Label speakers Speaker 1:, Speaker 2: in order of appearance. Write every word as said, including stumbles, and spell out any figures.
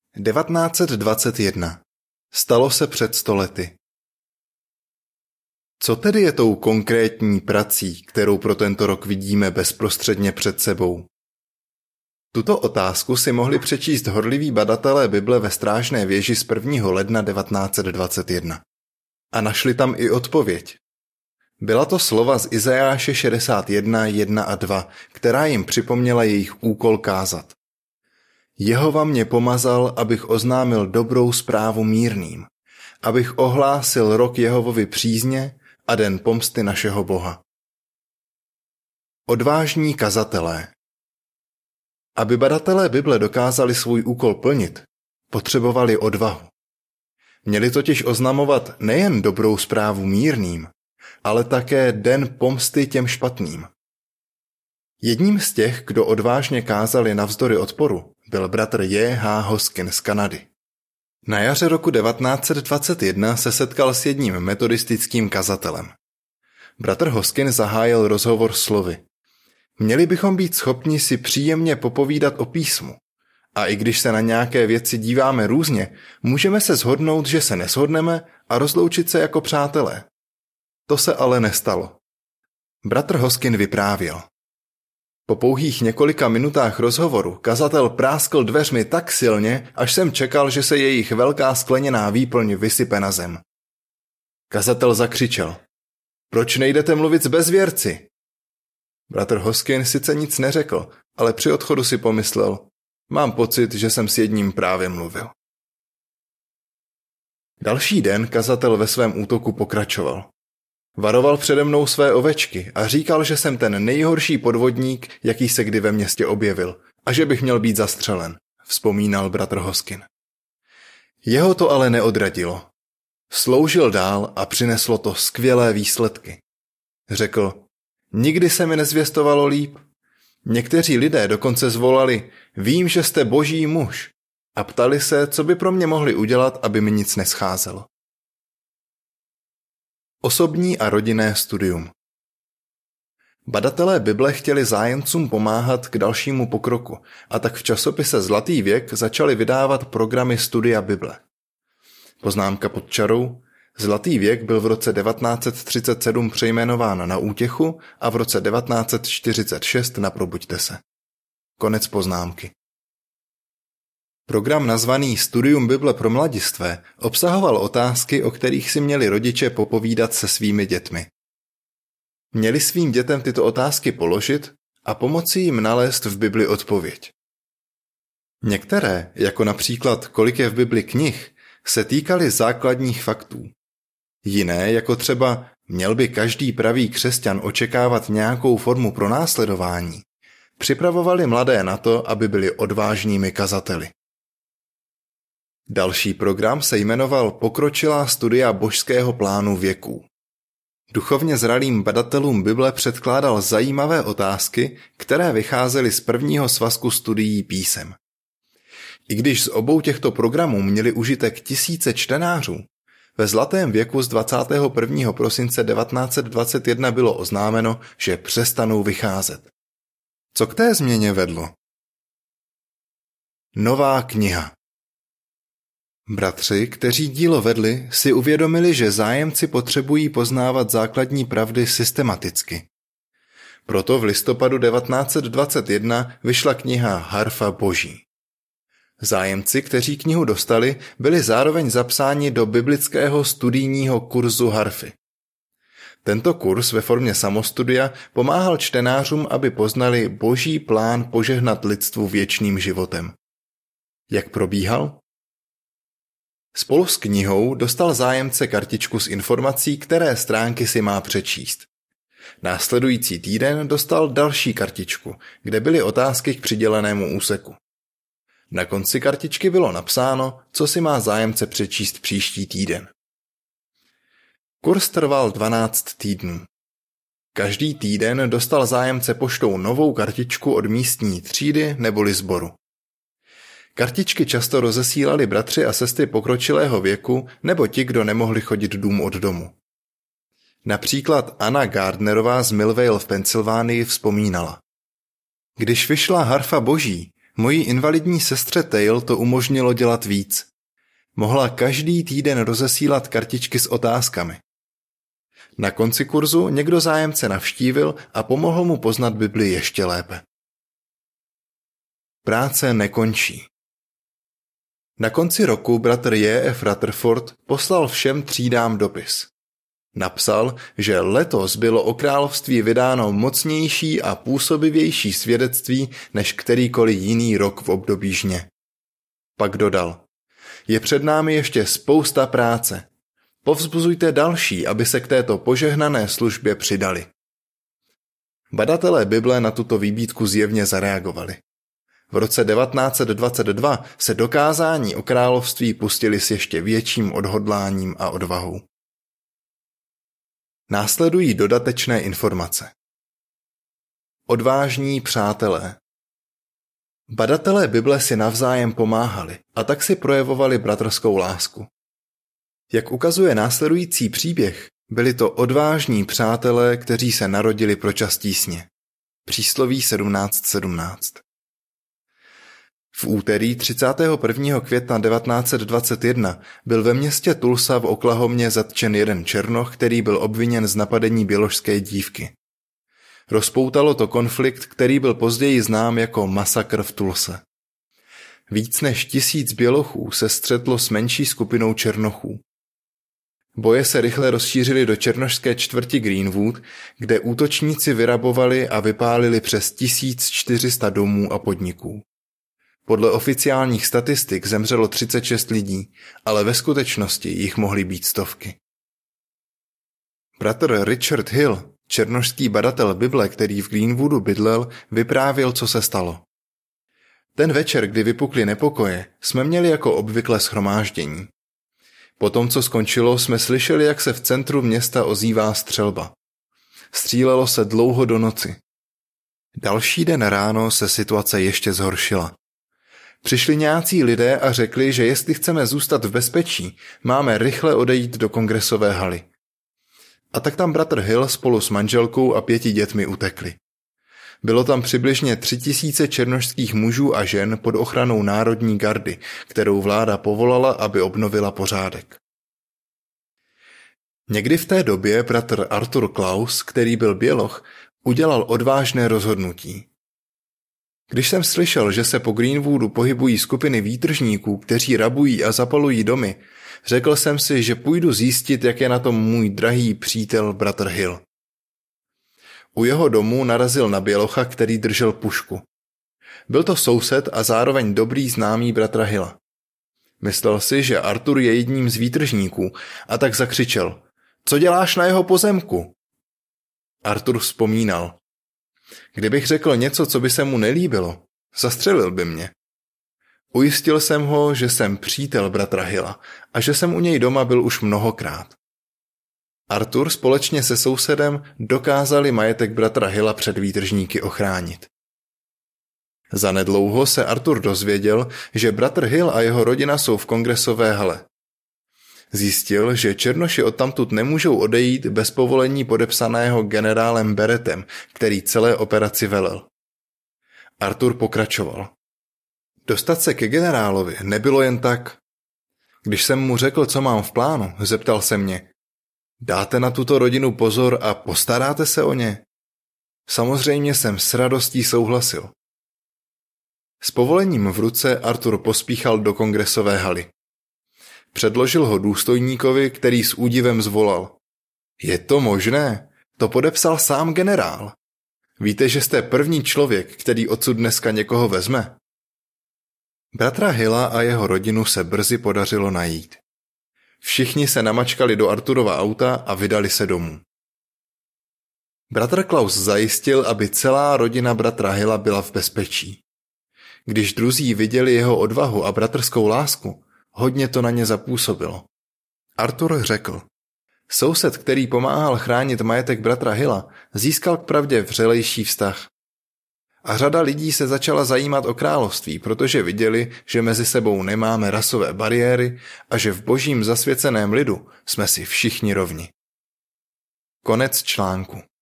Speaker 1: devatenáct set dvacet jedna. Stalo se před sto lety. Co tedy je tou konkrétní prací, kterou pro tento rok vidíme bezprostředně před sebou? Tuto otázku si mohli přečíst horliví badatelé Bible ve Strážné věži z prvního ledna devatenáct set dvacet jedna. A našli tam i odpověď. Byla to slova z Izajáše šedesát jedna, jedna a dva, která jim připomněla jejich úkol kázat. Jehova mě pomazal, abych oznámil dobrou zprávu mírným, abych ohlásil rok Jehovovi přízně a den pomsty našeho Boha. Odvážní kazatelé. Aby badatelé Bible dokázali svůj úkol plnit, potřebovali odvahu. Měli totiž oznamovat nejen dobrou zprávu mírným, ale také den pomsty těm špatným. Jedním z těch, kdo odvážně kázali navzdory odporu, byl bratr J H Hoskin z Kanady. Na jaře roku devatenáct set dvacet jedna se setkal s jedním metodistickým kazatelem. Bratr Hoskin zahájil rozhovor slovy. Měli bychom být schopni si příjemně popovídat o písmu. A i když se na nějaké věci díváme různě, můžeme se shodnout, že se neshodneme a rozloučit se jako přátelé. To se ale nestalo. Bratr Hoskin vyprávěl. Po pouhých několika minutách rozhovoru kazatel práskl dveřmi tak silně, až jsem čekal, že se jejich velká skleněná výplň vysype na zem. Kazatel zakřičel. Proč nejdete mluvit s bezvěrci? Bratr Hoskin sice nic neřekl, ale při odchodu si pomyslel. Mám pocit, že jsem s jedním právě mluvil. Další den kazatel ve svém útoku pokračoval. Varoval přede mnou své ovečky a říkal, že jsem ten nejhorší podvodník, jaký se kdy ve městě objevil, a že bych měl být zastřelen, vzpomínal bratr Hoskin. Jeho to ale neodradilo. Sloužil dál a přineslo to skvělé výsledky. Řekl, nikdy se mi nezvěstovalo líp. Někteří lidé dokonce zvolali, vím, že jste boží muž, a ptali se, co by pro mě mohli udělat, aby mi nic nescházelo. Osobní a rodinné studium. Badatelé Bible chtěli zájemcům pomáhat k dalšímu pokroku a tak v časopise Zlatý věk začali vydávat programy studia Bible. Poznámka pod čarou. Zlatý věk byl v roce devatenáct set třicet sedm přejmenován na Útěchu a v roce devatenáct set čtyřicet šest na Probuďte se. Konec poznámky. Program nazvaný Studium Bible pro mladistvé obsahoval otázky, o kterých si měli rodiče popovídat se svými dětmi. Měli svým dětem tyto otázky položit a pomoci jim nalézt v Bibli odpověď. Některé, jako například kolik je v Bibli knih, se týkaly základních faktů. Jiné, jako třeba měl by každý pravý křesťan očekávat nějakou formu pronásledování, připravovali mladé na to, aby byli odvážnými kazateli. Další program se jmenoval Pokročilá studia božského plánu věků. Duchovně zralým badatelům Bible předkládal zajímavé otázky, které vycházely z prvního svazku studií písem. I když z obou těchto programů měli užitek tisíce čtenářů, ve Zlatém věku z dvacátého prvního prosince devatenáct set dvacet jedna bylo oznámeno, že přestanou vycházet. Co k té změně vedlo? Nová kniha. Bratři, kteří dílo vedli, si uvědomili, že zájemci potřebují poznávat základní pravdy systematicky. Proto v listopadu devatenáct set dvacet jedna vyšla kniha Harfa Boží. Zájemci, kteří knihu dostali, byli zároveň zapsáni do biblického studijního kurzu harfy. Tento kurz ve formě samostudia pomáhal čtenářům, aby poznali boží plán požehnat lidstvu věčným životem. Jak probíhal? Spolu s knihou dostal zájemce kartičku s informací, které stránky si má přečíst. Následující týden dostal další kartičku, kde byly otázky k přidělenému úseku. Na konci kartičky bylo napsáno, co si má zájemce přečíst příští týden. Kurz trval dvanáct týdnů. Každý týden dostal zájemce poštou novou kartičku od místní třídy neboli sboru. Kartičky často rozesílali bratři a sestry pokročilého věku nebo ti, kdo nemohli chodit dům od domu. Například Anna Gardnerová z Millvale v Pensylvánii vzpomínala. Když vyšla Harfa Boží, Mojí invalidní sestře Tail to umožnilo dělat víc. Mohla každý týden rozesílat kartičky s otázkami. Na konci kurzu někdo zájemce navštívil a pomohl mu poznat Bibli ještě lépe. Práce nekončí. Na konci roku bratr J F Rutherford poslal všem třídám dopis. Napsal, že letos bylo o království vydáno mocnější a působivější svědectví než kterýkoliv jiný rok v období žně. Pak dodal: je před námi ještě spousta práce. Povzbuzujte další, aby se k této požehnané službě přidali. Badatelé Bible na tuto výbídku zjevně zareagovali. V roce devatenáct set dvacet dva se do kázání o království pustili s ještě větším odhodláním a odvahou. Následují dodatečné informace. Odvážní přátelé. Badatelé Bible si navzájem pomáhali a tak si projevovali bratrskou lásku. Jak ukazuje následující příběh, byli to odvážní přátelé, kteří se narodili pro čas tísně. Přísloví sedmnáct sedmnáct. V úterý třicátého prvního května devatenáct set dvacet jedna byl ve městě Tulsa v Oklahomě zatčen jeden černoch, který byl obviněn z napadení běložské dívky. Rozpoutalo to konflikt, který byl později znám jako masakr v Tulse. Víc než tisíc bělochů se střetlo s menší skupinou černochů. Boje se rychle rozšířily do černošské čtvrti Greenwood, kde útočníci vyrabovali a vypálili přes tisíc čtyři sta domů a podniků. Podle oficiálních statistik zemřelo třicet šest lidí, ale ve skutečnosti jich mohly být stovky. Bratr Richard Hill, černošský badatel Bible, který v Greenwoodu bydlel, vyprávěl, co se stalo. Ten večer, kdy vypukly nepokoje, jsme měli jako obvykle shromáždění. Potom, co skončilo, jsme slyšeli, jak se v centru města ozývá střelba. Střílelo se dlouho do noci. Další den ráno se situace ještě zhoršila. Přišli nějací lidé a řekli, že jestli chceme zůstat v bezpečí, máme rychle odejít do kongresové haly. A tak tam bratr Hill spolu s manželkou a pěti dětmi utekli. Bylo tam přibližně tři tisíce černošských mužů a žen pod ochranou Národní gardy, kterou vláda povolala, aby obnovila pořádek. Někdy v té době bratr Arthur Klaus, který byl běloch, udělal odvážné rozhodnutí. Když jsem slyšel, že se po Greenwoodu pohybují skupiny výtržníků, kteří rabují a zapalují domy, řekl jsem si, že půjdu zjistit, jak je na tom můj drahý přítel bratr Hill. U jeho domu narazil na bělocha, který držel pušku. Byl to soused a zároveň dobrý známý bratra Hilla. Myslel si, že Arthur je jedním z výtržníků a tak zakřičel: Co děláš na jeho pozemku? Arthur vzpomínal: Kdybych řekl něco, co by se mu nelíbilo, zastřelil by mě. Ujistil jsem ho, že jsem přítel bratra Hilla a že jsem u něj doma byl už mnohokrát. Arthur společně se sousedem dokázali majetek bratra Hilla před výtržníky ochránit. Zanedlouho se Arthur dozvěděl, že bratr Hill a jeho rodina jsou v kongresové hale. Zjistil, že černoši odtamtud nemůžou odejít bez povolení podepsaného generálem Beretem, který celé operaci velel. Arthur pokračoval. Dostat se ke generálovi nebylo jen tak. Když jsem mu řekl, co mám v plánu, zeptal se mě: Dáte na tuto rodinu pozor a postaráte se o ně? Samozřejmě jsem s radostí souhlasil. S povolením v ruce Arthur pospíchal do kongresové haly. Předložil ho důstojníkovi, který s údivem zvolal: Je to možné? To podepsal sám generál. Víte, že jste první člověk, který odsud dneska někoho vezme? Bratra Hilla a jeho rodinu se brzy podařilo najít. Všichni se namačkali do Arthurova auta a vydali se domů. Bratr Klaus zajistil, aby celá rodina bratra Hilla byla v bezpečí. Když druzí viděli jeho odvahu a bratrskou lásku, hodně to na ně zapůsobilo. Arthur řekl: Soused, který pomáhal chránit majetek bratra Hilla, získal k pravdě vřelejší vztah. A řada lidí se začala zajímat o království, protože viděli, že mezi sebou nemáme rasové bariéry a že v božím zasvěceném lidu jsme si všichni rovni. Konec článku.